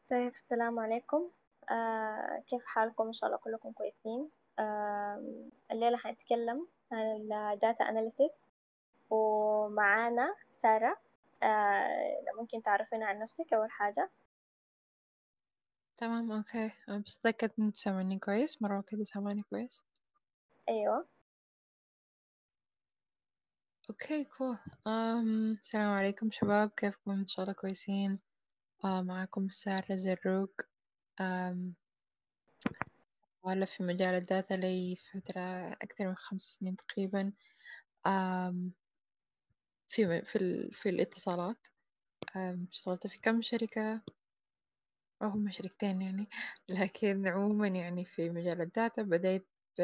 طيب السلام عليكم. كيف حالكم؟ إن شاء الله كلكم كويسين. الليلة حنتكلم عن ال Data Analysis ومعانا سارة. لو ممكن تعرفينا عن نفسك أول حاجة. تمام اوكي. بس اتأكد ان انت سامعني كويس مرة كده، سامعني كويس. أيوة. اوكي كول. السلام عليكم شباب، كيفكم؟ ان شاء الله كويسين. معاكم سارة زروق. أم وألف في مجال الداتا لي فترة أكثر من 5 سنين تقريبا. أم في الاتصالات. اشتغلت في كم شركة، أو هم شركتين يعني. لكن عموما يعني في مجال الداتا بديت ب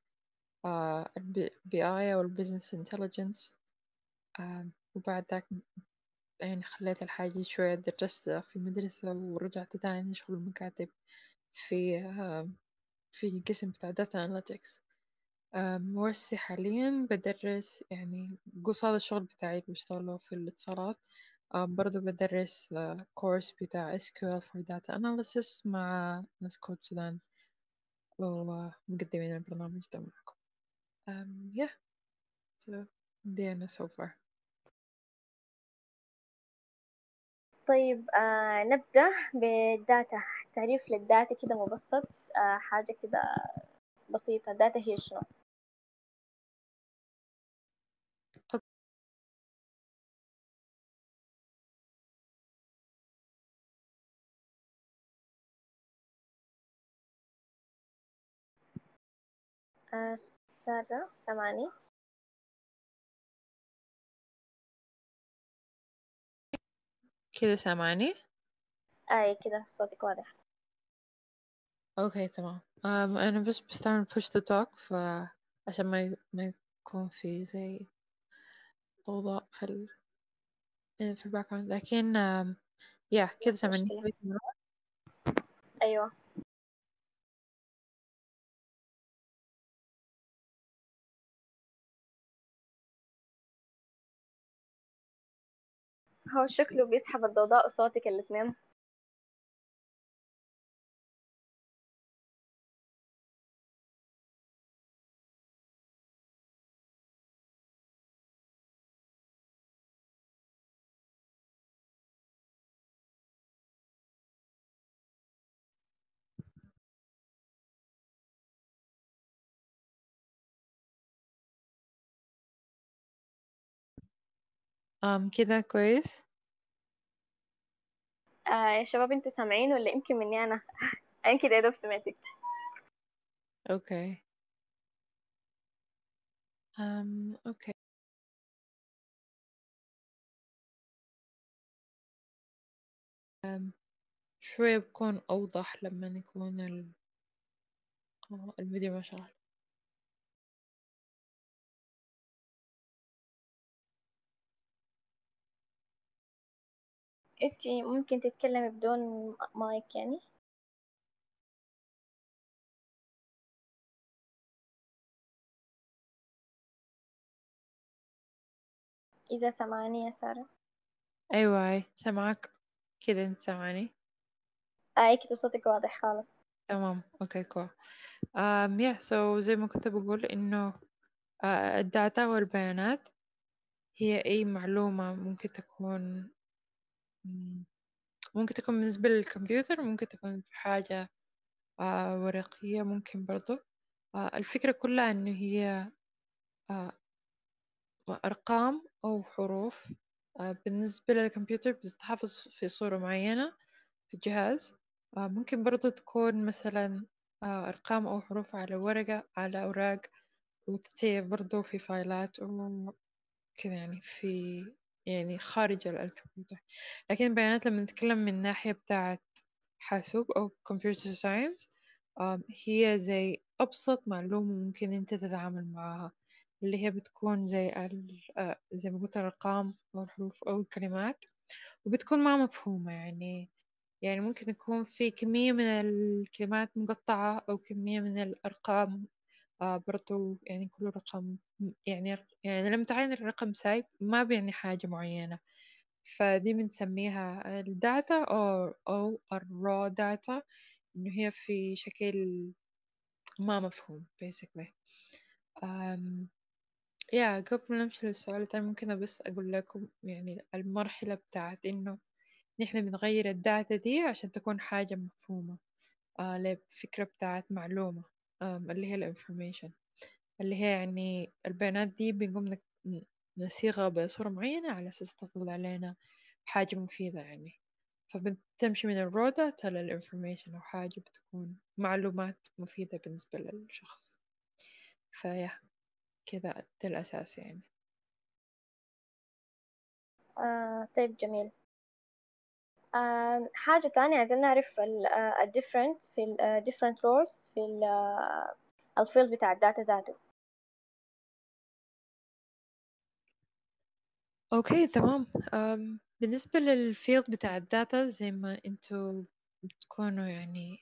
البي آي أو البيزنس انتليجنس. وبعد ذاك يعني خليت الحاجة شوية، درست في مدرسة ورجعت تاني شغل مكاتب في في قسم بتاع داتا أناليتكس. وهسه حاليا بدرس يعني قصاد الشغل بتاعي اللي بشتغله في الاتصالات. برضو بدرس كورس بتاع SQL for Data Analysis مع ناس كود سودان، ومقدمين البرنامج ده معكم. yeah, so دي أنا so far. طيب، نبدأ بالداتا. تعريف للداتا كده مبسط. حاجة كده بسيطة. الداتا هي شنو؟ آه سارة سامعني؟ كده سامعني؟ كده صوتك واضح. اوكي تمام. انا بس بستعمل push to talk عشان ما يكون في زي ضوضاء في الباك جراوند، لكن يا كده مش سامعني مشكلة. كويس مرة. أيوة. هو شكله بيسحب الضوضاء وصوتك الاتنين. كده كويس. يا شباب، انتوا سامعين ولا يمكن مني أنا كده يا دوب سمعتك. اوكي. اوكي. شوية بكون أوضح لما يكون الفيديو ما شغال. انتي ممكن تتكلمي بدون مايك يعني. إذا سمعني يا سارة. أيوة هاي سامعك. كده انت سامعني؟ كده صوتك واضح خالص. تمام اوكي كويس. يا زي ما كنت بقول إنه الداتا والبيانات هي أي معلومة ممكن تكون بالنسبة للكمبيوتر، ممكن تكون في حاجة ورقية ممكن برضو. الفكرة كلها إنه هي آه أرقام أو حروف. بالنسبة للكمبيوتر بتتحفظ في صورة معينة في الجهاز. ممكن برضو تكون مثلا أرقام أو حروف على ورقة، على أوراق، وتتسيب برضو في فايلات كذا يعني يعني خارج الكمبيوتر. لكن البيانات لما نتكلم من الناحية بتاعة حاسوب أو computer science، هي زي أبسط معلومة ممكن أنت تتعامل معها، اللي هي بتكون زي ما قلت الأرقام أو الحروف أو الكلمات، وبتكون ما مفهومة يعني ممكن يكون في كمية من الكلمات مقطعة أو كمية من الأرقام. برضو يعني كل رقم يعني لما تعاين الرقم سايب ما بيعني حاجة معينة. فدي بنسميها الداتا أو الرو داتا، إنه هي في شكل ما مفهوم basically. قبل ما نمشي للسؤال التاني ممكن بس أقول لكم يعني المرحلة بتاعت إنه نحن بنغير الداتا دي عشان تكون حاجة مفهومة لفكرة بتاعت معلومة، اللي هي الانفورميشن، اللي هي يعني البيانات دي بنقوم نصيغها بصورة معينة على أساس تطلع لنا حاجة مفيدة يعني. فبتمشي من الرو داتا للانفورميشن، أو حاجة بتكون معلومات مفيدة بالنسبة للشخص. فيا كذا ده الأساس يعني. طيب جميل. حاجة تانية عايزين نعرف ال different في ال different roles في الفيلد بتاع الداتا ذاته. اوكي تمام. بالنسبة للفيلد بتاع الداتا زي ما انتوا بتكونوا يعني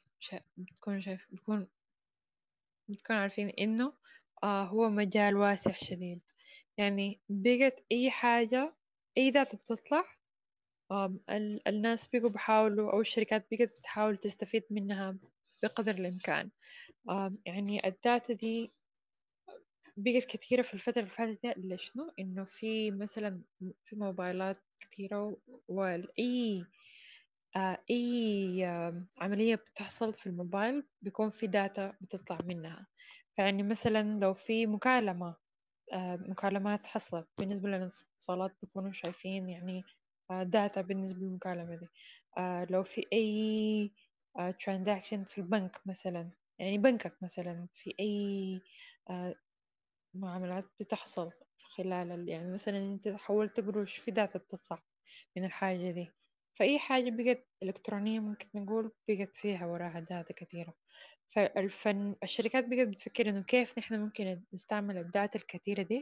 بتكونوا عارفين انه هو مجال واسع شديد. يعني بقت اي حاجة، اي داتا بتطلع، الناس بيقوا بيحاولوا او الشركات بقت بتحاول تستفيد منها بقدر الامكان. يعني الداتا دي بقت كثيرة في الفترة اللي فاتت دي. ليش شنو؟ إنه في مثلا في موبايلات كثيرة، وأي أي عملية بتحصل في الموبايل بيكون في داتا بتطلع منها. فيعني مثلا لو في مكالمات حصلت بالنسبة للاتصالات بيكونوا شايفين يعني داتا بالنسبة للمكالمة دي. لو في أي ترانزاكشن في البنك مثلا، يعني بنكك مثلا في أي آه، معاملات بتحصل خلال يعني مثلا انت حولت قروش، في داتا بتطلع من الحاجة دي. فأي حاجة بقت إلكترونية ممكن نقول بقت فيها وراها داتا كثيرة. الشركات بقت بتفكر إنه كيف نحن ممكن نستعمل الداتا الكثيرة دي.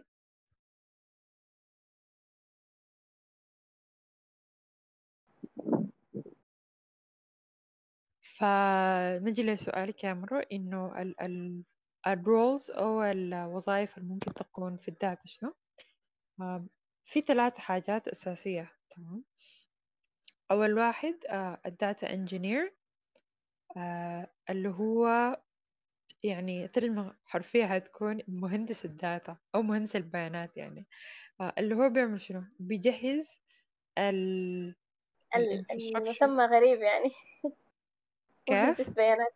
فنجي لسؤالك يا مرو، إنه الرولز أو الوظائف اللي ممكن تكون في الداتا شنو؟ في 3 حاجات أساسية. تمام. أول واحد الداتا انجينير، اللي هو يعني ترجمة حرفية هتكون مهندس الداتا أو مهندس البيانات يعني. اللي هو بيعمل شنو؟ بيجهز ال الانفراستراكشر. المسمى غريب يعني. كيف؟ مهندس بيانات.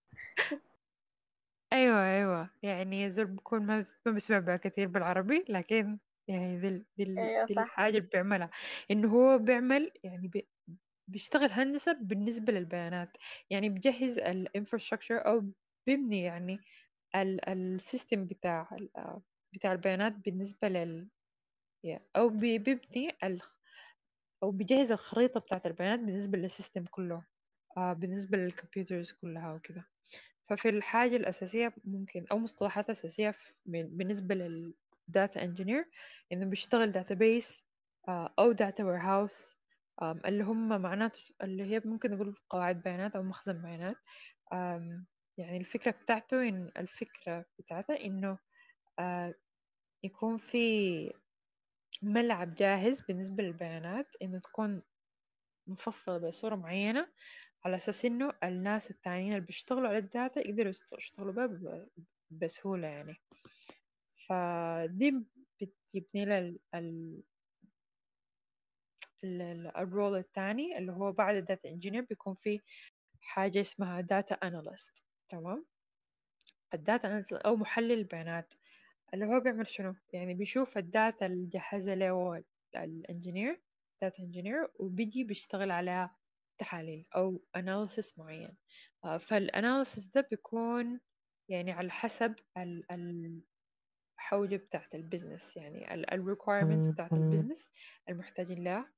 أيوة يعني زول بكون ما بسمع بها كثير بالعربي، لكن يعني ايوه دي صح. الحاجة اللي بيعملها. إنه هو بيعمل يعني بيشتغل هندسة بالنسبة للبيانات. يعني بيجهز الانفراستراكشر أو بيبني يعني السيستم بتاع البيانات بالنسبة أو بيبني أو بيجهز الخريطة بتاعت البيانات بالنسبة للسيستم كله، بالنسبة للكمبيوترز كلها وكده. ففي الحاجة الأساسية ممكن أو مصطلحات أساسية بالنسبة للداتا انجينير، إنه بيشتغل داتابيس أو داتا ويرهاوس، اللي هم معناته اللي هي ممكن نقول قواعد بيانات أو مخزن بيانات. يعني الفكرة بتاعته إنه آه، يكون في ملعب جاهز بالنسبة للبيانات، إنه تكون مفصلة بصورة معينة على أساس إنه الناس التانيين اللي بيشتغلوا على الداتا يقدروا يشتغلوا بها بسهولة يعني. فدي بتجيبني الرول الثاني، اللي هو بعد الداتا انجينير بيكون في حاجة اسمها داتا اناليست. تمام. الداتا اناليست أو محلل البيانات، اللي هو بيعمل شنو؟ يعني بيشوف الداتا اللي جهزها له الانجينير، داتا انجينير، وبيجي بيشتغل على تحاليل أو analysis معين. فالاناليسيس ده بيكون يعني على حسب الحوجة بتاعت البزنس، يعني ال requirements بتاعت البزنس المحتاجين لها.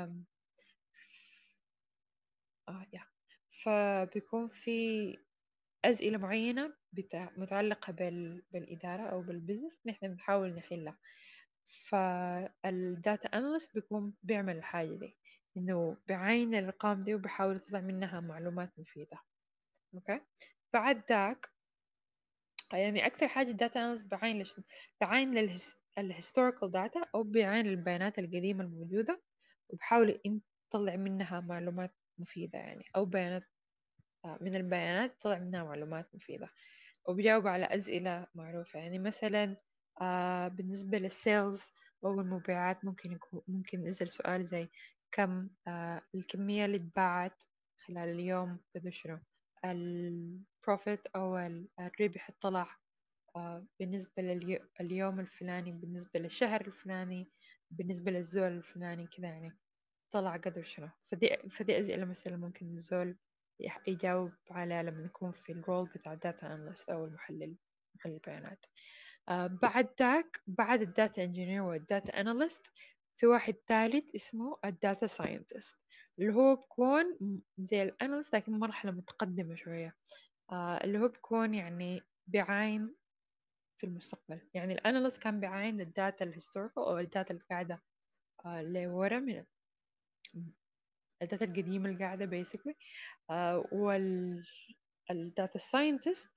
يا فبيكون في أسئلة معينة متعلقة بالإدارة أو بالبزنس نحن بنحاول نحلها. فالداتا أناليست بيكون بيعمل الحاجة دي، إنه بيعاين الأرقام دي وبيحاول يطلع منها معلومات مفيدة. أوكي. بعد ذاك يعني أكثر حاجة الداتا أناليست بيعاين بيعاين الهيستوريكال داتا، أو بيعاين البيانات القديمة الموجودة وبحاول أنت تطلع منها معلومات مفيدة يعني، أو بيانات، من البيانات تطلع منها معلومات مفيدة. وبجاوب على أسئلة معروفة، يعني مثلا بالنسبة للسيلز أو المبيعات ممكن ننزل سؤال زي كم الكمية اللي اتباعت خلال اليوم، كذا شنو البروفيت أو الربح طلع بالنسبة لليوم الفلاني، بالنسبة للشهر الفلاني، بالنسبة للزول الفلاني كذا يعني، طلع قدر شنو. فدي أسئلة مثلا ممكن الزول يجاوب عليها لما يكون في الرول بتاع الداتا اناليست أو محلل البيانات. بعد ذاك، بعد الداتا انجينير والداتا اناليست، في واحد ثالث اسمه الداتا ساينتست، اللي هو بكون زي الاناليست لكن مرحلة متقدمة شوية. اللي هو بكون يعني بيعاين في المستقبل. يعني الاناليست كان بيعاين الداتا الهيستوريكال او الداتا اللي قاعدة لورا، من الداتا القديمة اللي قاعدة basically. والداتا ساينتست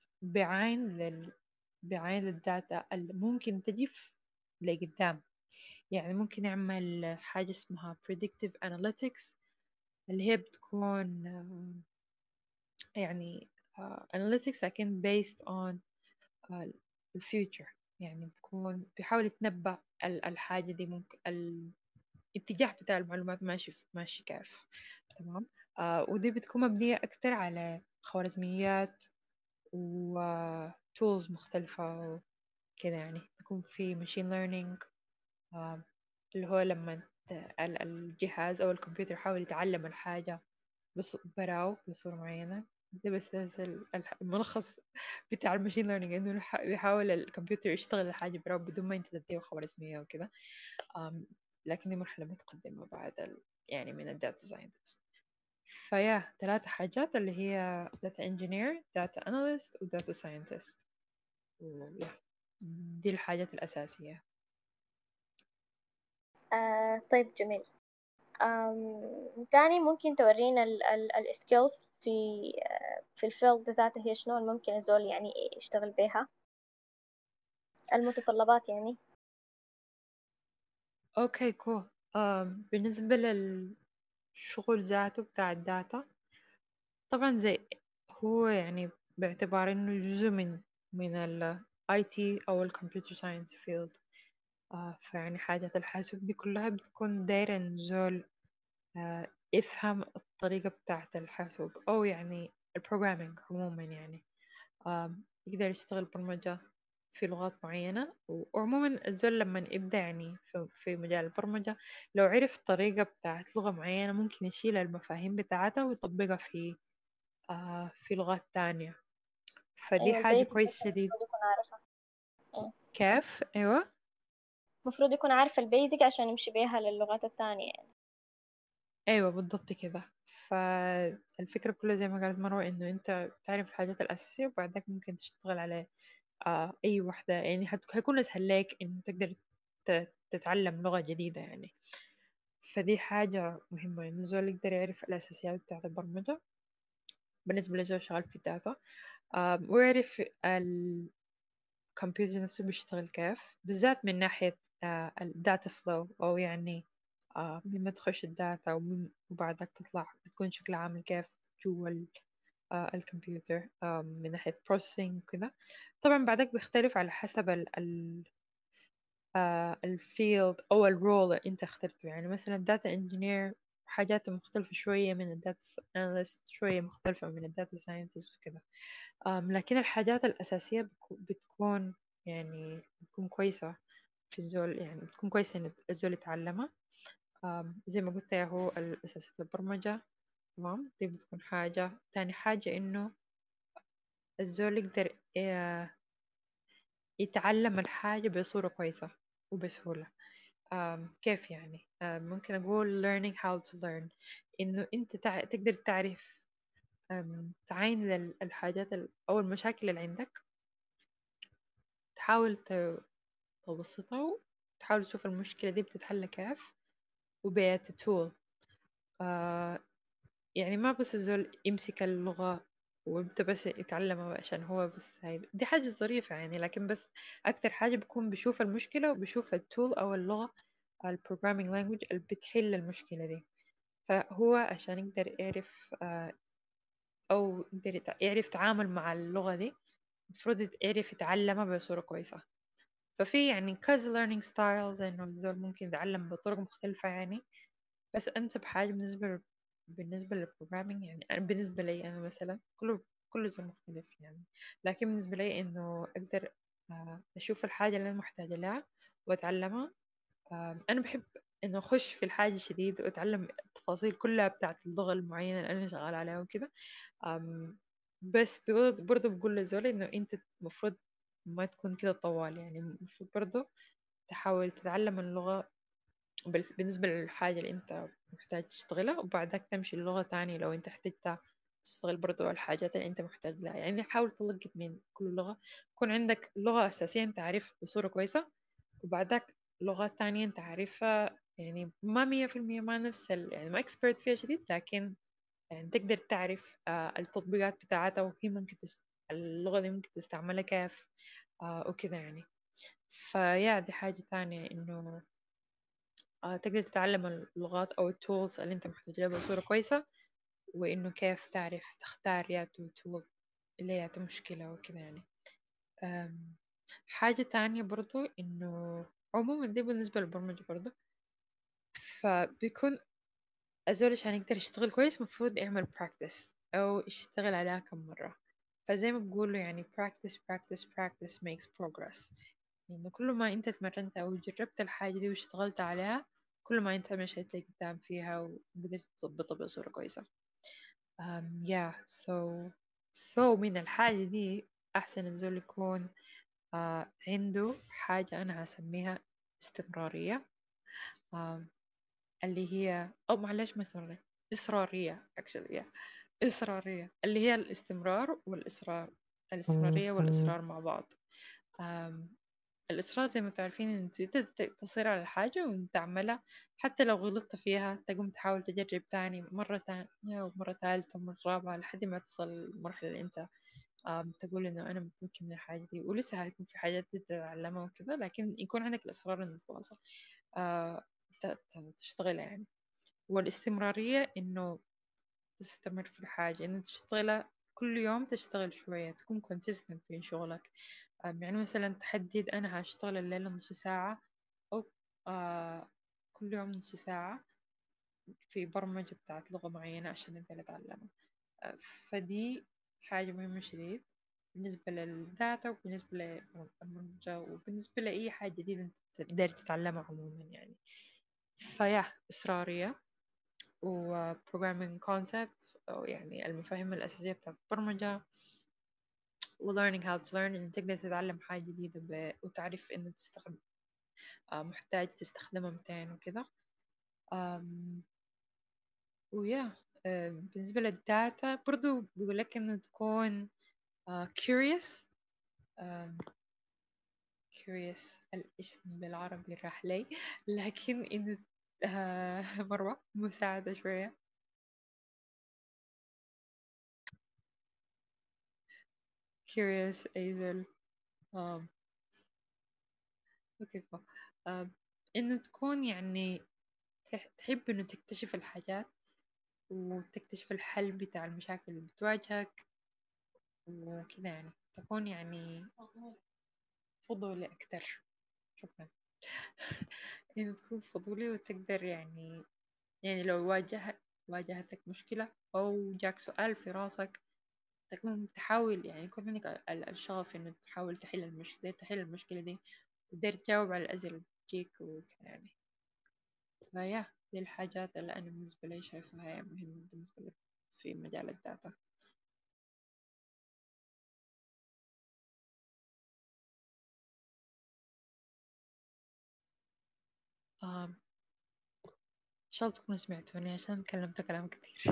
بيعاين للداتا اللي ممكن تجي لقدام. يعني ممكن يعمل حاجة اسمها predictive analytics، اللي هي بتكون يعني analytics لكن based on the future. يعني بيحاول يتنبأ الحاجة دي ممكن الاتجاه بتاع المعلومات ماشي كيف. تمام. ودي بتكون مبنية أكتر على خوارزميات وتولز مختلفة وكذا. يعني يكون في machine learning، اللي هو لما الجهاز أو الكمبيوتر يحاول يتعلم الحاجة براو بصورة معينة. ده بس الملخص بتاع الماشين ليرنينج، إنه بيحاول الكمبيوتر يشتغل الحاجة براو بدون ما أنت تديه خوارزمية وكده. لكن دي مرحلة متقدمة بعد يعني من الداتا ساينتست. فيا 3 حاجات اللي هي داتا انجينير، داتا اناليست، وداتا ساينتست. دي الحاجات الأساسية. طيب جميل. تاني ممكن تورينا السكيلز في الفيلد ذاته هي شنو الممكن الزول يعني يشتغل بيها، المتطلبات يعني. اوكي كول. بالنسبة للشغل ذاته بتاع الداتا، طبعا زي هو يعني باعتبار انه جزء من ال IT او ال Computer Science field. فيعني حاجات الحاسوب دي كلها بتكون دايرة إن زول يفهم الطريقة بتاعة الحاسوب، أو يعني البروجرامينج عموما يعني. يقدر يشتغل برمجة في لغات معينة. وعموما الزول لما يبدأ يعني في مجال البرمجة، لو عرف طريقة بتاعة لغة معينة ممكن يشيل المفاهيم بتاعتها ويطبقها في لغات تانية. فدي أيوة حاجة البيزك كويس شديد. المفروض يكون عارفها. أه. كيف؟ أيوة. المفروض يكون عارف البيزك عشان يمشي بيها للغات التانية يعني. ايوه بالضبط كده. فالفكره كلها زي ما قالت مروه، انه انت تعرف الحاجات الاساسيه وبعدك ممكن تشتغل على اي واحده. يعني هيكون اسهل لك انه تقدر تتعلم لغه جديده يعني. فدي حاجه مهمه انه الزول يقدر يعرف الاساسيات بتاعت البرمجه بالنسبه لزول شغال في الداتا. ويعرف الكمبيوتر نفسه بيشتغل كيف، بالذات من ناحيه الداتا فلو، او يعني من ما تخش الداتا وبعدك تطلع بتكون شكلها عامل كيف جوا الكمبيوتر، من ناحية processing وكذا. طبعا بعدك بيختلف على حسب الفيلد أو الرول اللي أنت اخترته. يعني مثلا داتا انجينير حاجاته مختلفة شوية من الداتا اناليست، شوية مختلفة من الداتا ساينتست وكذا. لكن الحاجات الأساسية بتكون يعني بتكون كويسة في الزول، يعني بتكون كويسة إن الزول يتعلمها. زي ما قلت يا هو الأساسيات البرمجة. تمام. دي بتكون حاجة. تاني حاجة إنه الزول يقدر يتعلم الحاجة بصورة كويسة وبسهولة. كيف يعني؟ ممكن أقول learning how to learn، إنه أنت تقدر تعرف، تعاين الحاجات أو المشاكل اللي عندك، تحاول تبسطها وتحاول تشوف المشكلة دي بتتحل كيف وبيت tool. يعني ما بس الزول يمسك اللغة وانت بس يتعلمها عشان هو بس. هاي دي حاجة ظريفة يعني، لكن بس أكتر حاجة بكون بشوف المشكلة وبشوف التول أو اللغة البروجرامينج لانجوج اللي بتحل المشكلة دي. فهو عشان يقدر يعرف أو يقدر يعرف يتعامل مع اللغة دي، المفروض يعرف يتعلمها بصورة كويسة. ففي يعني كذا learning styles إنه الزول ممكن يتعلم بطرق مختلفة يعني. بس أنسب حاجة بالنسبة للبروجرامينج، يعني أنا بالنسبة لي أنا مثلا كله زول مختلف يعني. لكن بالنسبة لي إنه أقدر أشوف الحاجة اللي أنا محتاجة لها وأتعلمها. أنا بحب إنه أخش في الحاجة شديد وأتعلم التفاصيل كلها بتاعت اللغة المعينة اللي أنا شغال عليها وكده. أم، بس برضه بقول لزول إنه أنت المفروض ما تكون كده طوال، يعني المفروض برضه تحاول تتعلم اللغة بالنسبة للحاجة اللي أنت محتاج تشتغلها، وبعدك تمشي للغة تانية لو أنت احتجت تشتغل برضو الحاجات اللي أنت محتاج لها. يعني حاول تلقط من كل لغة، يكون عندك لغة أساسية أنت عارف بصورة كويسة، وبعدك لغات تانية أنت عارفها يعني ما 100% ما نفس يعني ما اكسبرت فيها شديد، لكن يعني تقدر تعرف التطبيقات بتاعتها، وهي ممكن اللغة دي ممكن تستعملها كيف وكذا يعني. فيا دي حاجة تانية إنه تقدر تتعلم اللغات أو التولز اللي أنت محتاج لها بصورة كويسة، وإنه كيف تعرف تختار يا تول اللي هي مشكلة وكذا يعني. أم، حاجة تانية برضو إنه عموما دي بالنسبة للبرمجة برضو، فبيكون الزول عشان يقدر يشتغل كويس مفروض يعمل practice أو يشتغل عليها كم مرة. فزي ما بقولوا يعني practice practice practice makes progress. يعني كل ما أنت تمرنت أو جربت الحاجة دي واشتغلت عليها، كل ما أنت مشيت لقدام فيها وقدرت تظبطها بصورة كويسة. yeah so من الحاجة دي أحسن الزول يكون عنده حاجة أنا هسميها استمرارية. um, اللي هي أو معلش ما استمرارية، إصرارية actually yeah. إصرارية اللي هي الاستمرار والإصرار، الاستمرارية والإصرار مع بعض. أم، الإصرار زي ما تعرفين إن أنت تصير على الحاجة وتعملها، حتى لو غلطت فيها تقوم تحاول تجرب تاني مرة تانية ومرة ثالثة ومرة رابعة لحد ما تصل المرحلة اللي أنت تقول إنه أنا متمكن من الحاجة دي. ولسه هيكون في حاجات تتعلمها وكذا، لكن يكون عندك الإصرار إنك تواصل آه، تشتغلها يعني. والاستمرارية إنه تستمر في الحاجة، إنه تشتغلها كل يوم، تشتغل شوية، تكون consistent في شغلك. يعني مثلا تحدد أنا هشتغل الليلة نص ساعة، أو آه كل يوم نص ساعة في برمجة بتاعت لغة معينة عشان أقدر أتعلمها. فدي حاجة مهمة شديد بالنسبة للداتا وبالنسبة للبرمجة وبالنسبة لأي حاجة جديدة أنت تقدر تتعلمها عموما يعني. فيا إصرارية و programming concepts أو يعني المفاهيم الأساسية بتاعت البرمجة، و learning how to learn إن تقدر تتعلم حاجة جديدة وتعرف إنه تستخدم محتاج تستخدمها متين وكذا. آم، ويا بالنسبة للداتا برضو بيقول لك إنه تكون curious. آم، curious الاسم بالعربي راح لي، لكن إنه مروة مساعدة شوية. curious أيزل اوكي إنه تكون يعني تحب إنه تكتشف الحاجات وتكتشف الحل بتاع المشاكل اللي بتواجهك وكذا يعني. تكون يعني فضولي أكتر. شكرا. إنه تكون فضولي وتقدر يعني لو واجهتك مشكلة أو جاك سؤال في راسك، تكون تحاول يعني يكون عندك الشغف إنه تحاول تحل المشكلة دي وتقدر تجاوب على الأسئلة اللي بتجيك وكذا يعني. فيا دي الحاجات اللي أنا بالنسبة لي شايفها هي مهمة بالنسبة لي في مجال الداتا. إن شاء الله تكونوا سمعتوني عشان تكلمت كلام كتير.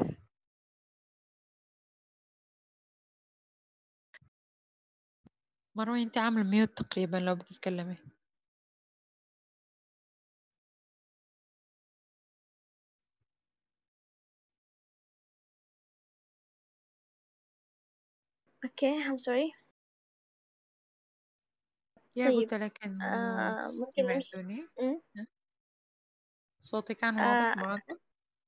مروة انت عاملة ميوت تقريبا لو بتتكلمي. اوكي I'm sorry. يا طيب قلت لك انه ممكن نمشي. سمعتوني. م? صوتي كان آه واضح معاكم؟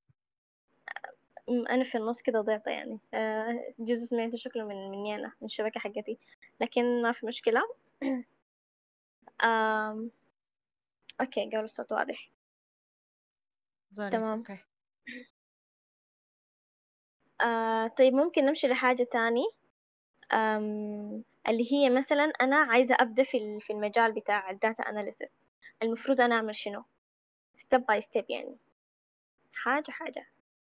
أنا في النص كده ضعت يعني، جزء سمعته شكله مني أنا من الشبكة حقتي، لكن ما في مشكلة. آم، أوكي، قالوا الصوت واضح. ظريف، تمام. أوكي. طيب ممكن نمشي لحاجة تاني. اللي هي مثلا أنا عايزة أبدأ في المجال بتاع الداتا أناليسيس، المفروض أنا أعمل شنو؟ ستيب باي ستيب يعني، حاجة حاجة.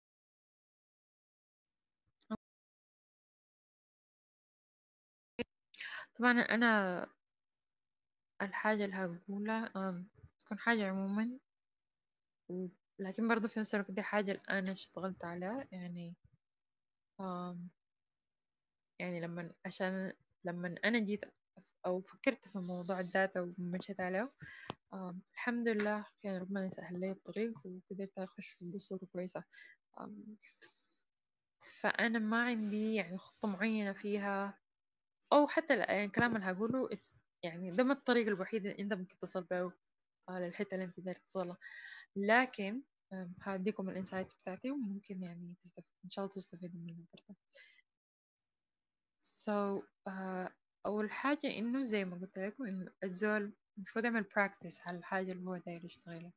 طبعا أنا الحاجة اللي هقولها تكون حاجة عموما، لكن برضو في نفس الوقت دي حاجة اللي أنا اشتغلت عليها يعني. آم، يعني لما أنا جيت أو فكرت في موضوع الداتا ومشيت عليه، الحمد لله يعني ربنا يسهل لي الطريق وقدرت أخش بصورة كويسة. آم، فأنا ما عندي يعني خطة معينة فيها، أو حتى يعني الكلام اللي هقوله يعني ده ما الطريقة الوحيدة اللي أنت ممكن تصل بها للحتة اللي أنت داير توصلها. لكن هديكم الانسايتس بتاعتي وممكن يعني إن شاء الله تستفيدوا منها برضه. so أول حاجة إنه زي ما قلت لكم إنه الزول المفروض يعمل براكتس على الحاجة اللي هو داير يشتغلها.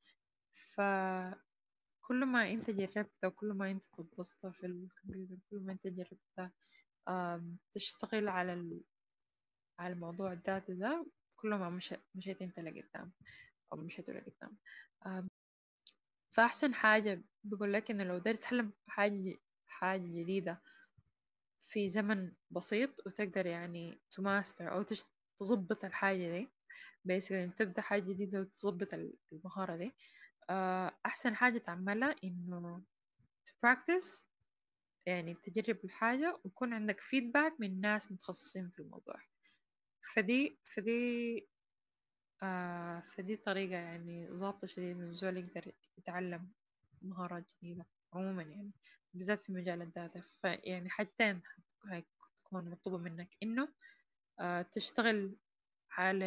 فكل ما أنت جربت وكل ما أنت تتبسط في الكمبيوتر، كل ما أنت جربت تشتغل على موضوع الداتا ده، كل ما مشيت أنت لقدام أو مشيتوا لقدام. آم، فأحسن حاجة بقول لك إنه لو قدرت تتعلم حاجة جديدة في زمن بسيط وتقدر يعني تماستر أو تظبط الحاجة دي، بس إن تبدأ حاجة جديدة وتظبط المهارة دي، أحسن حاجة تعملها إنه تبراكتس، يعني تجرب الحاجة ويكون عندك فيدباك من ناس متخصصين في الموضوع. فدي فدي طريقة يعني ضابطة شديد إن الزول يقدر يتعلم مهارات جديدة عموما يعني، بالذات في مجال الداتا. فيعني حاجتين هتكون مطلوبة منك، إنه تشتغل على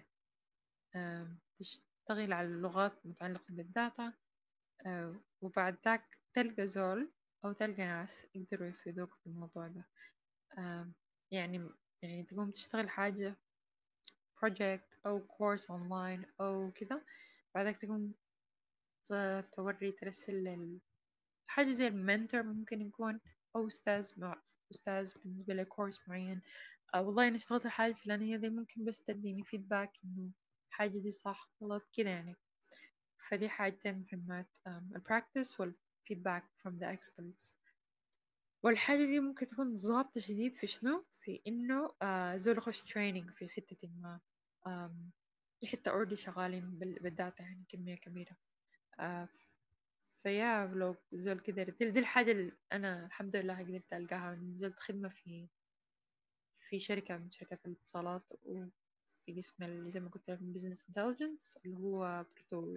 تشتغل على اللغات المتعلقة بالداتا، وبعد ذاك تلقى زول أو تلقى ناس يقدروا يفيدوك في الموضوع ده. آم، يعني يعني تقوم تشتغل حاجة project أو course online أو كده، بعدك تقوم ترسل حاجة زي المنتور، ممكن يكون أو أستاذ مع أستاذ بالنسبة لكورس معين. والله أنا اشتغلت الحاجة الفلانية دي، ممكن بس تديني فيدباك إنه الحاجة دي صح غلط كده يعني. فدي حاجتين مهمات، البراكتس والفيدباك from the experts. والحاجة دي ممكن تكون ضابطة شديد في شنو؟ في إنه زول يخش تريننج في حتة ما، آم، في حتة أوريدي شغالين بالداتا يعني كمية كبيرة. آه، فيا لو زول كده دي الحاجة اللي أنا الحمد لله قدرت ألقاها، نزلت خدمة في شركة من شركات الاتصالات، وفي قسم اللي زي ما قلت لك business intelligence، اللي هو برضو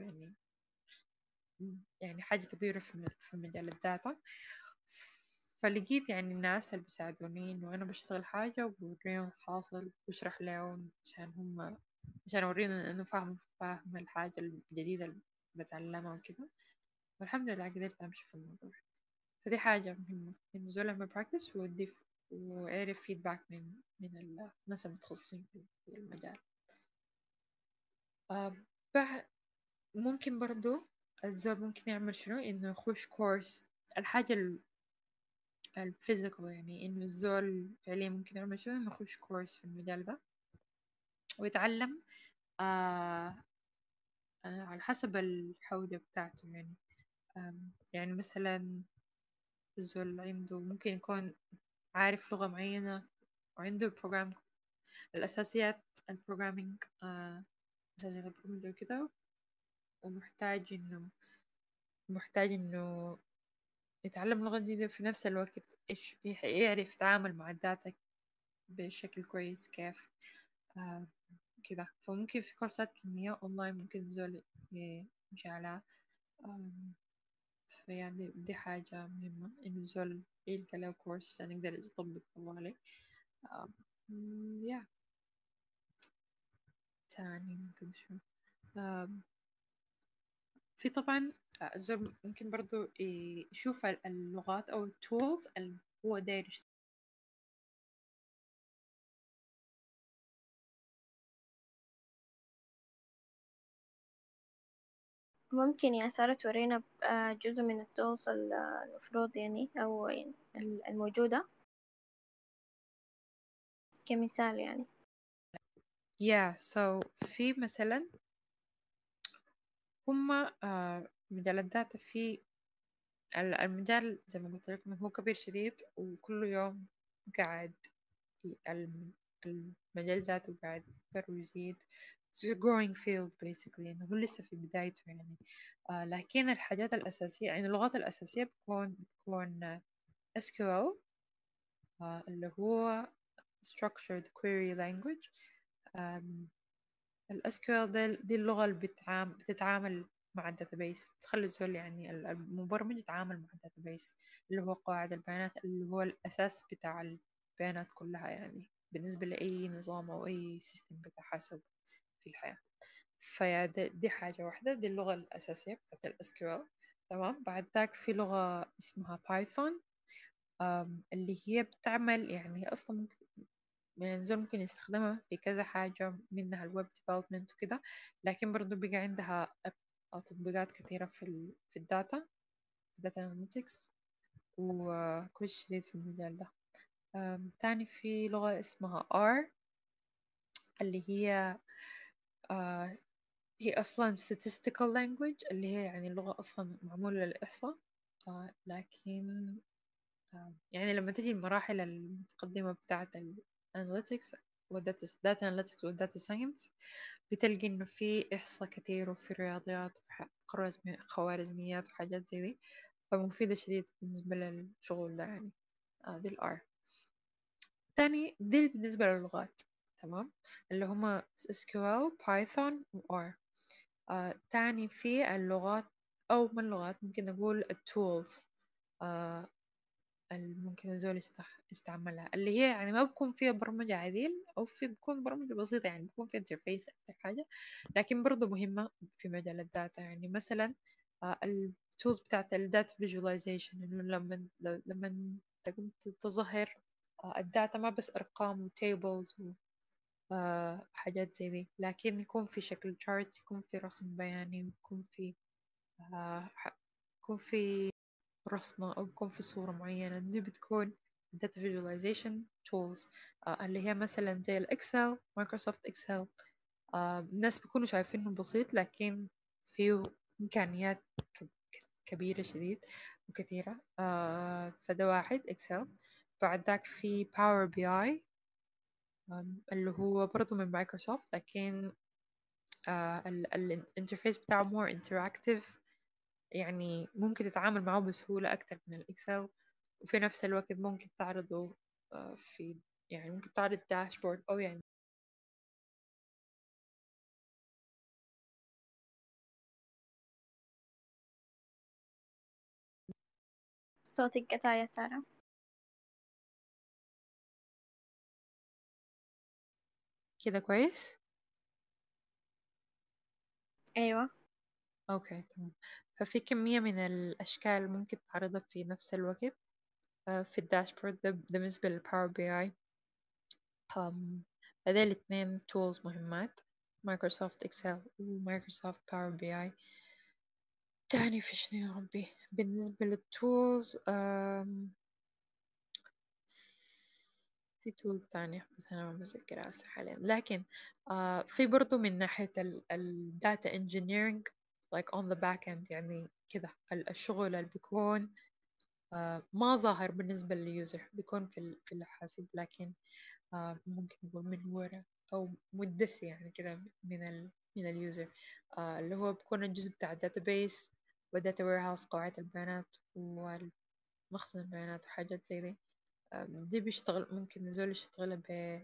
يعني حاجة كبيرة في مجال الداتا. فلقيت يعني الناس اللي بيساعدوني إنه أنا بشتغل حاجة وبوريهم الحاصل وبشرح لهم عشان أوريهم إنه فاهم الحاجة الجديدة اللي بتعلمها وكده. والحمد لله قدرت أمشي في الموضوع. فدي حاجة مهمة إنه زول يعمل براكتس ويعرف فيدباك من الناس المتخصصين في المجال. آه، ممكن برضو الزول ممكن يعمل شنو، إنه يخش كورس الحاجة الفيزيكال، يعني إنه الزول فعليا ممكن يعمل شنو، إنه يخش كورس في المجال ده ويتعلم آه على حسب الحوجة بتاعته يعني. يعني مثلا الزول عنده ممكن يكون عارف لغة معينة وعنده بروجرام الأساسيات البروجرامينج، أساسيات البرمجة وكده، ومحتاج إنه يتعلم لغة جديدة في نفس الوقت، إيش يعرف يتعامل مع الداتا بشكل كويس كيف، آه كده. فممكن في كورسات كمية أونلاين ممكن زول يمشي عليها. آم، فيعني دي حاجة مهمة إنه زول يلقى له كورس عشان يقدر يطبق طوالي. يا تاني ممكن شو، آم، في طبعا الزول ممكن برضو يشوف اللغات أو التولز اللي هو داير ممكن يا سارة تورينا جزء من التولز المفروض يعني أو يعني الموجودة كمثال يعني. so في مثلا هما مجال الداتا في المجال زي ما قلت لكم هو كبير شديد وكل يوم قاعد المجال ذاته قاعد يكبر ويزيد. It's a growing field basically إنه هو لسه في بدايته يعني. لكن الحاجات الأساسية يعني اللغات الأساسية بتكون SQL اللي هو Structured Query Language. ال SQL دي اللغة اللي بتتعامل مع الداتابيس، بتخلي الزول يعني المبرمج يتعامل مع الداتابيس اللي هو قواعد البيانات اللي هو الأساس بتاع البيانات كلها يعني بالنسبة لأي نظام أو أي سيستم بتاع حاسب في الحياة. دي حاجة واحدة، دي اللغة الأساسية بتاعت ال SQL. تمام. بعد ذاك في لغة اسمها بايثون اللي هي بتعمل يعني هي أصلا ممكن يعني زول ممكن يستخدمها في كذا حاجة منها الويب ديفلوبمنت وكده، لكن برضو بقى عندها تطبيقات كثيرة في الداتا اناليتكس وكويس شديد في المجال ده. تاني في لغة اسمها R اللي هي آه، هي أصلا statistical language اللي هي يعني اللغة أصلا معمولة للإحصاء. لكن يعني لما تجي المراحل المتقدمة بتاعة الاناليتكس والداتا اناليتكس والداتا ساينس بتلقي إنه في إحصاء كتير وفي رياضيات وفي خوارزميات وحاجات زي دي، فمفيدة شديد بالنسبة للشغل ده يعني. دي الآر. تاني دي بالنسبة للغات. تمام. اللي هما SQL Python و R. تاني في اللغات أو من اللغات ممكن نقول التولز اللي ممكن الزول يستعملها اللي هي يعني ما بكون فيها برمجة عديل أو بكون برمجة بسيطة يعني بكون في انترفيس أكتر حاجة، لكن برضو مهمة في مجال الداتا. يعني مثلا التولز بتاعت الداتا فيجواليزيشن إنه لما تقوم تظهر الداتا ما بس أرقام وتيبلز وحاجات زي دي، لكن يكون في شكل charts، يكون في رسم بياني، آه، يكون في رسمة أو بيكون في صورة معينة. دي بتكون data visualization tools اللي هي مثلا زي الإكسل، مايكروسوفت إكسل. الناس بيكونوا شايفينه بسيط لكن فيه إمكانيات كبيرة شديد وكثيرة. فده واحد إكسل. بعد ذاك في باور بي آي اللي هو برضه من مايكروسوفت، لكن الانترفيس بتاعه more interactive يعني ممكن تتعامل معه بسهولة أكتر من الإكسل، وفي نفس الوقت ممكن تعرضه في يعني ممكن تعرض داشبورد أو يعني. صوتك قطع يا سارة. كده كويس. أيوة. أوكي تمام. ففي كمية من الأشكال ممكن تعرضها في نفس الوقت في الداشبورد ده بالنسبة للباور بي آي. هذول الاثنين تولز مهمات، مايكروسوفت إكسل ومايكروسوفت باور بي آي. تاني في شنو يا ربي بالنسبة للتولز في تول تانية بس أنا ما بذكرها هسه حاليا، لكن في برضو من ناحية الداتا engineering like on the back end يعني كده الشغل اللي بيكون ما ظاهر بالنسبة لليوزر بيكون في الحاسوب، لكن ممكن نقول من ورا أو مدسي يعني كده من اليوزر اللي هو بيكون الجزء بتاع الداتابيس والداتا وير هاوس قواعد البيانات ومخزن البيانات وحاجات زي دي. دي بيشتغل ممكن نزول يشتغل ب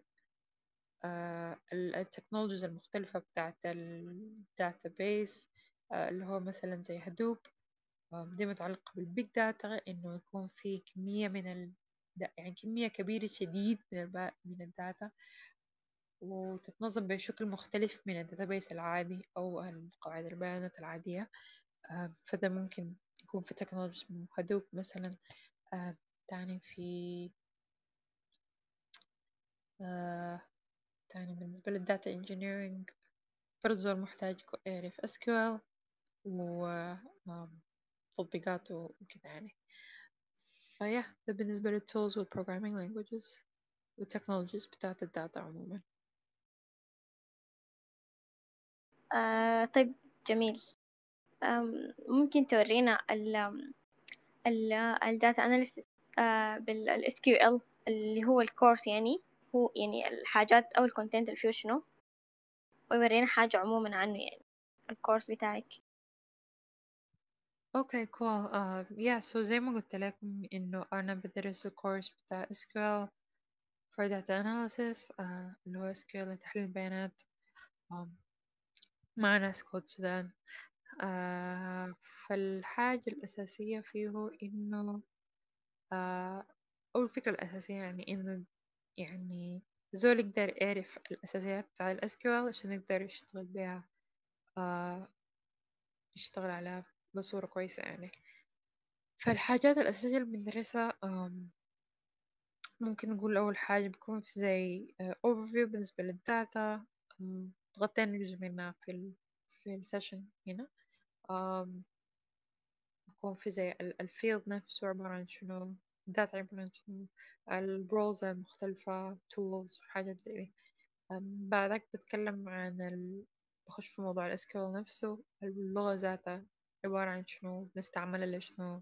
التكنولوجيز المختلفة بتاعت الداتابيس اللي هو مثلا زي هدوب. دي متعلقة بالبيج داتا إنه يكون في كمية يعني كمية كبيرة شديد من الداتا وتتنظم بشكل مختلف من الداتابيس العادي أو قواعد البيانات العادية. فده ممكن يكون في تكنولوجيا هدوب مثلا. تاني في آه، تاني بالنسبة للداتا انجينيرينج برضه زول محتاج يعرف SQL وتطبيقات وكده يعني. فيا ده بالنسبة للتولز والprogramming languages والتكنولوجيز بتاعت الداتا عموما. طيب، جميل. ممكن تورينا الداتا اناليسيس بال SQL اللي هو الكورس، يعني هو يعني الحاجات أو الكونتنت اللي فيه شنو، ويورينا حاجة عموما عنه يعني الكورس بتاعك. اوكي كول. so زي ما قلت لكم انه انا بدرس الكورس بتاع SQL for data analysis، اللي هو SQL لتحليل البيانات مع ناس كود سودان. فالحاجة الأساسية فيه إنه أو الفكرة الأساسية يعني إنه يعني زول يقدر يعرف الأساسيات بتاع ال SQL عشان يقدر يشتغل بيها، آه يشتغل عليها بصورة كويسة يعني. فالحاجات الأساسية اللي بندرسها ممكن نقول أول حاجة بيكون في زي overview بالنسبة للداتا. غطينا جزء منها في السيشن هنا. بيكون في زي الفيلد نفسه عبارة عن شنو، الداتا عبارة عن شنو، الرولز المختلفة tools وحاجات زي دي. بعدك بتكلم عن بخش في موضوع ال SQL نفسه، اللغة ذاتها عبارة عن شنو، بنستعملها لشنو.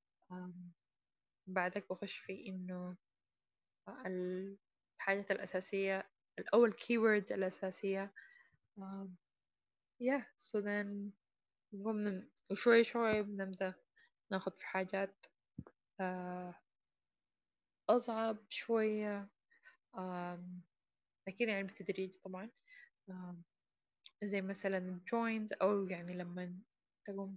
بعدك بخش في إنه الحاجات الأساسية الأول keywords الأساسية. so then نقوم وشوي شوي بنبدأ ناخد في حاجات آه، أصعب شوية. أكيد يعني بالتدريج طبعا. آم، زي مثلا joins، أو تقوم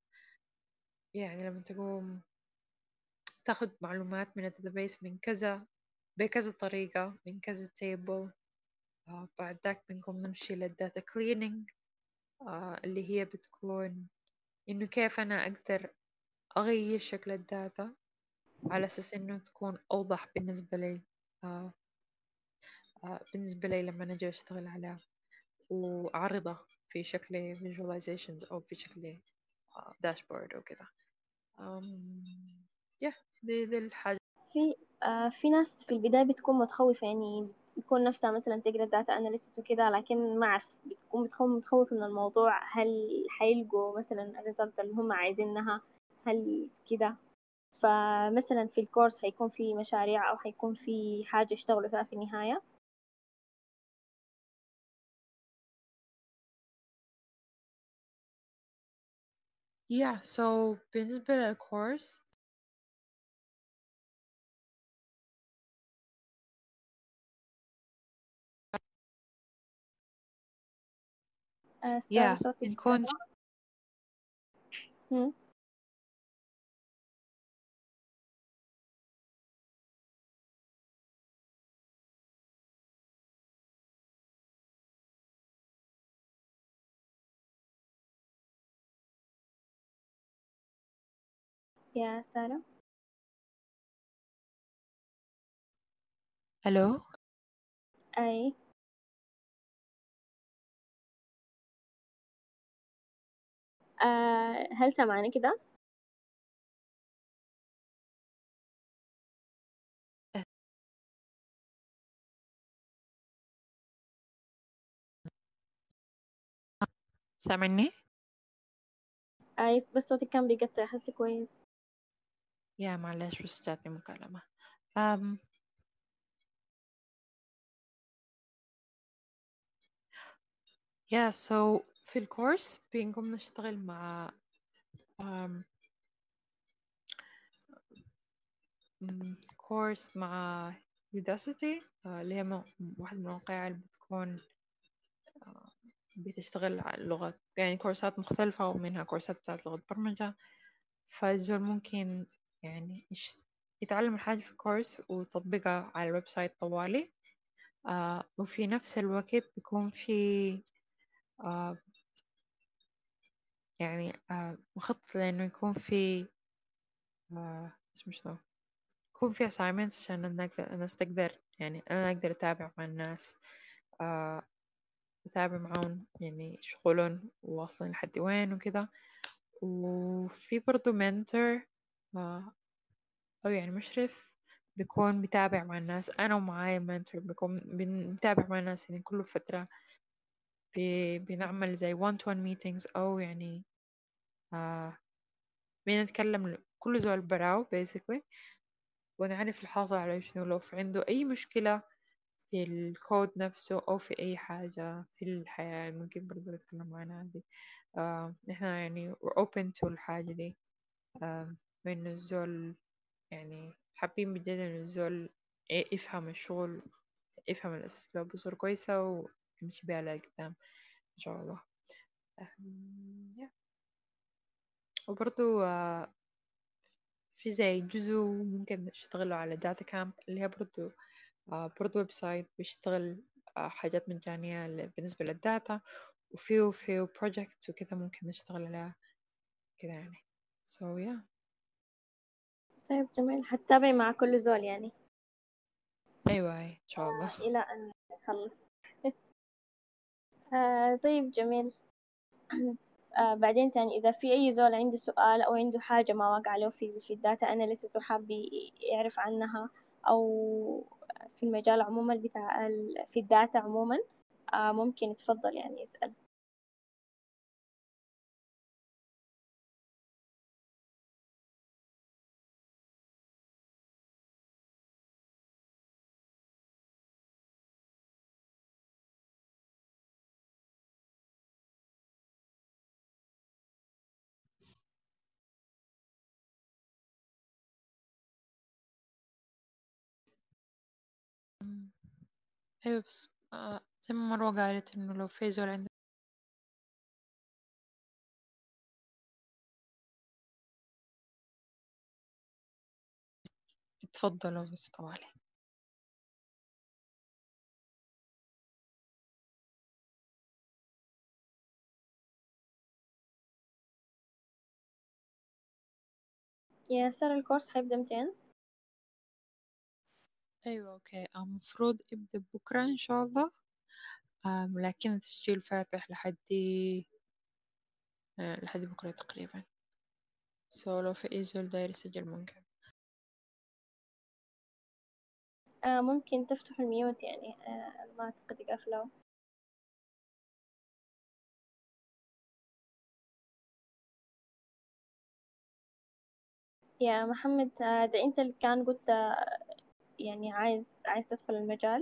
لما تقوم تاخد معلومات من الداتابيس من كذا بكذا طريقة من كذا table. بعد ذاك بنقوم نمشي للداتا cleaning، اللي هي بتكون إنه كيف أنا أقدر أغير شكل الداتا على أساس إنه تكون أوضح آه بالنسبة لي لما أجي أشتغل عليها وأعرضها في شكل visualizations أو في شكل dashboard أو كده. أم yeah دي الحاجة. في في ناس في البداية بتكون متخوفة، يعني بتكون نفسها مثلا تقرا داتا اناليسيس وكده، لكن ما أعرف بتكون متخوف من الموضوع. هل حيلقوا مثلا الريزلت اللي هم عايزينها؟ هل كده؟ فمثلا في الكورس هيكون في مشاريع أو هيكون في حاجة يشتغلوا فيها في النهاية؟ so بالنسبة للكورس سارة صوتك بنكون هم؟ يا سارة. ألو. أي. هل سمعني كده؟ سامعني؟ بس صوتك كان بيقطع، حسي كويس. معلش بس جاتني مكالمة. um, so في الكورس بنقوم نشتغل مع um, كورس مع Udacity، اللي هي واحد من المواقع اللي بتكون آه، بتشتغل على اللغات، يعني كورسات مختلفة ومنها كورسات بتاعت لغة برمجة. فالزول ممكن يعني يتعلم الحاجة في كورس ويطبقها على الويب سايت طوالي. وفي نفس الوقت بيكون في آه يعني مخطط لأنه يكون في اسمه شنو، يكون في assignments عشان الناس تقدر، يعني أنا أقدر أتابع مع الناس، آه، أتابع معاهم يعني شغلهم واصلين لحد وين وكذا. وفي برضو mentor أو يعني مشرف بيكون بيتابع مع الناس، أنا ومعاي mentor بيكون بنتابع مع الناس يعني كل فترة بنعمل زي one to one meetings، أو يعني آه بنتكلم كل زول براو basically، ونعرف الحاصل على شنو، لو في عنده أي مشكلة في الكود نفسه أو في أي حاجة في الحياة ممكن برضه نتكلم عنها دي. إحنا يعني we're open to الحاجة دي. بإنه الزول يعني حابين بجد إنه الزول يفهم الشغل، يفهم الأسئلة بصورة كويسة ويمشي بيها لقدام إن شاء الله. yeah. وبرضو في زي جزء ممكن نشتغله على داتا كامب، اللي هي برضو ويب سايت بيشتغل حاجات مجانية بالنسبة للداتا، وفيه بروجكت وكذا ممكن نشتغل عليها كذا يعني. so yeah. طيب جميل، حتتابعي مع كل زول يعني أيوة إن شاء الله. إلى أن نخلص. طيب جميل. بعدين ثاني إذا في أي زول عنده سؤال أو عنده حاجة ما واقع له في الداتا أناليسيس وحاب يعرف عنها، أو في المجال عموما بتاع في الداتا عموما، ممكن يتفضل يعني يسأل. أيوة بس زي ما مروة قالت إنه لو في زول عنده يتفضلوا بس طوالي. يا سارة الكورس حيبدأ متين؟ أيوة أوكي، المفروض يبدأ بكرة إن شاء الله. لكن التسجيل فاتح لحد بكرة تقريبا. لو في أي زول داير يسجل ممكن. ممكن تفتحوا الميوت يعني، ما أعتقد يقفله. يا محمد، ده أنت اللي كان قلت يعني عايز تدخل المجال.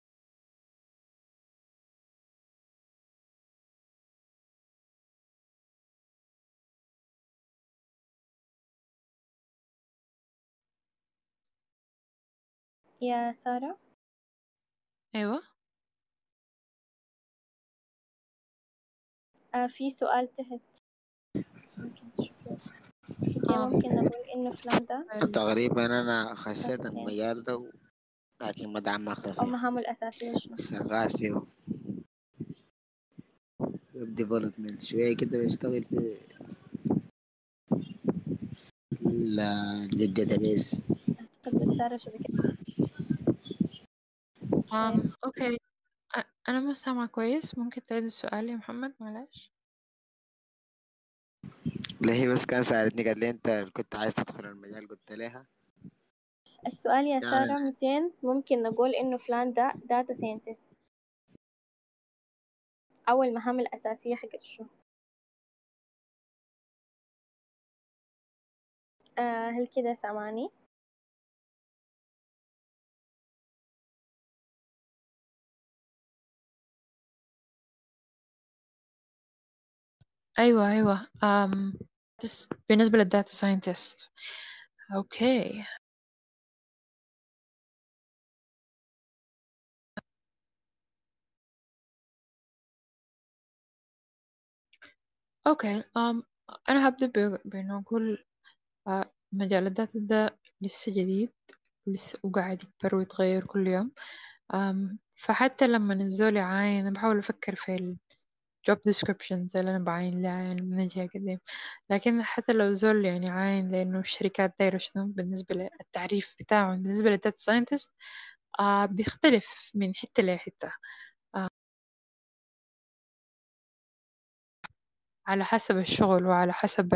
يا سارة، أيوة. في سؤال تحت ممكن تشوفه. اوكي، آم ممكن نقول انه فلان ده تقريبا أنا داتا خشيت ساينتست، المجال ده لكن ما تعمقت او فيه. مهامه الاساسية شنو؟ شغال فيه ويب ديفلوبمنت شوية كده، بشتغل في الداتابيس. اعتقد بس سارة شبكة. طيب أوكي. أنا ما سامعة كويس، ممكن تعيد السؤال يا محمد معلش؟ لا، هي بس كان سألتني قال لي أنت كنت عايز تدخل المجال، قلت لها السؤال يا يعني سارة 200، ممكن نقول انه فلان ده داتا ساينتست، او المهام الاساسية حقت شنو؟ هل كده سامعني؟ أيوة أيوة. بالنسبة للداتا ساينتست. أوكي أوكي. أنا هبدأ بإنه أقول مجال الداتا ده لسه جديد، لسه وقاعد يكبر ويتغير كل يوم. فحتى لما الزول يعاين أنا بحاول أفكر job description زي اللي أنا بعاين لها يعني من أجي أقدم. لكن حتى لو زول يعني عاين لأنه الشركات دايرة شنو بالنسبة للتعريف بتاعه بالنسبة للداتا ساينتست، بيختلف من حتة لحتة، آه على حسب الشغل وعلى حسب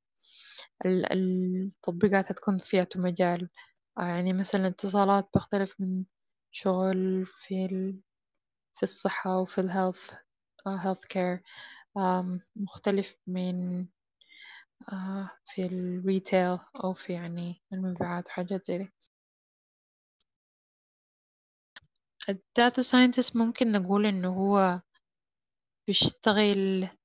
التطبيقات هتكون فيها مجال. يعني مثلا اتصالات بختلف من شغل في الصحة وفي الهيلث health care، مختلف من في الريتيل أو في يعني المبيعات وحاجات زي دي. الداتا ساينتست ممكن نقول إنه هو بيشتغل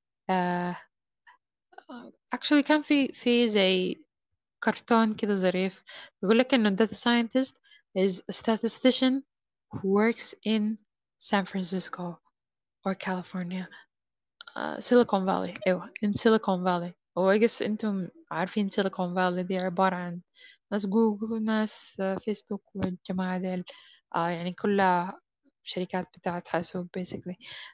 actually كان في زي كرتون كده ظريف بيقول لك إنه data scientist is a statistician who works in San Francisco or California. سيليكون فالي، أيوة in سيليكون فالي. هو يقص أنتم عارفين سيليكون فالي دي عبارة عن ناس جوجل وناس فيسبوك والجماعة ديل، يعني كلها شركات بتاعت حاسوب basically،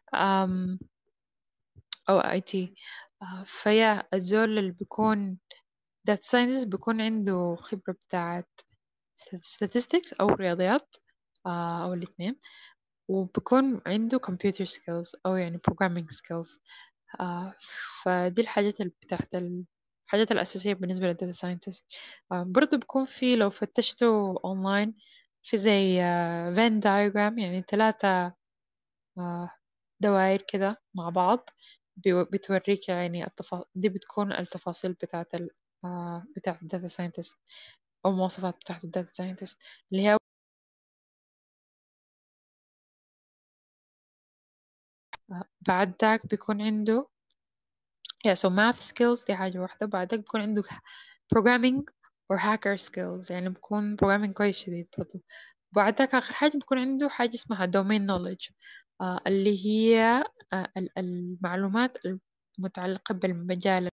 أو اي تي. فيا الزول اللي بيكون data scientist بيكون عنده خبرة بتاعت statistics أو رياضيات، أو الاتنين، وبكون عنده computer skills أو يعني programming skills. آه فدي الحاجات اللي بتاعت الحاجات الأساسية بالنسبة للداتا ساينتست. برضو بكون في لو فتشتوا أونلاين في زي فين diagram، يعني 3 دوائر كده مع بعض، بتوريك يعني دي بتكون التفاصيل بتاعت بتاعت الداتا ساينتست أو المواصفات بتاعت الداتا ساينتست اللي هي بعد ذاك بيكون عنده so math skills، دي حاجة واحدة. بعد ذاك بيكون عنده programming or hacker skills، يعني بيكون programming كويس شديد برضو. بعد ذاك آخر حاجة بيكون عنده حاجة اسمها domain knowledge، اللي هي المعلومات المتعلقة بالمجال.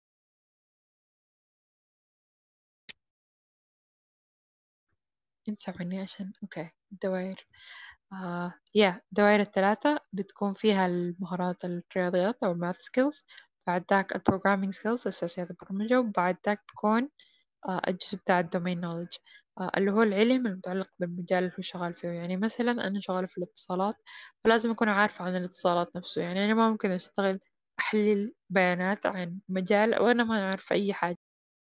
انسى عشان اوكي الدوائر. الدوائر الثلاثة بتكون فيها المهارات الرياضيات أو math skills، بعد ذاك programming skills أساسيات البرمجة، وبعد ذاك بكون الجزء بتاع الدومين نولج، اللي هو العلم المتعلق بالمجال اللي هو شغال فيه. يعني مثلا أنا شغالة في الاتصالات، فلازم أكون عارفة عن الاتصالات نفسه. يعني أنا ما ممكن أشتغل أحلل بيانات عن مجال وأنا ما أعرف أي حاجة.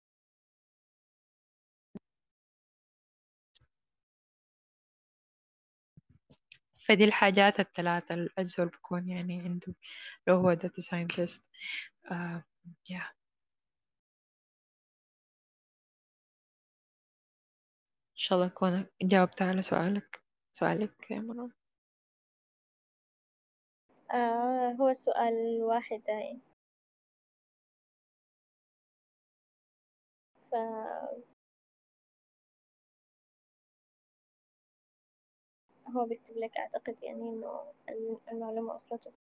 فدي الحاجات الثلاثة اللي الزول بكون يعني عنده لو هو data scientist. آه yeah. إن شاء الله أكون جاوبت على سؤالك يا مرام. هو سؤال واحد دايم، فهو بيكتب لك أعتقد يعني إنه المعلومة وصلته.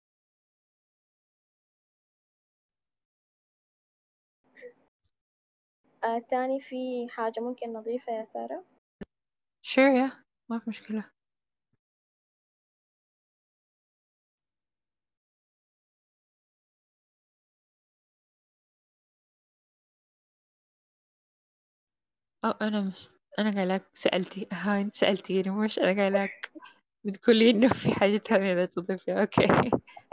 تاني في حاجة ممكن نضيفها يا سارة؟ sure yeah. ما في مشكلة. أنا قايلك سألتي، أنت سألتيني مش أنا قايلك بتقولي إنه في حاجة تانية لا تضيفيها. أوكي.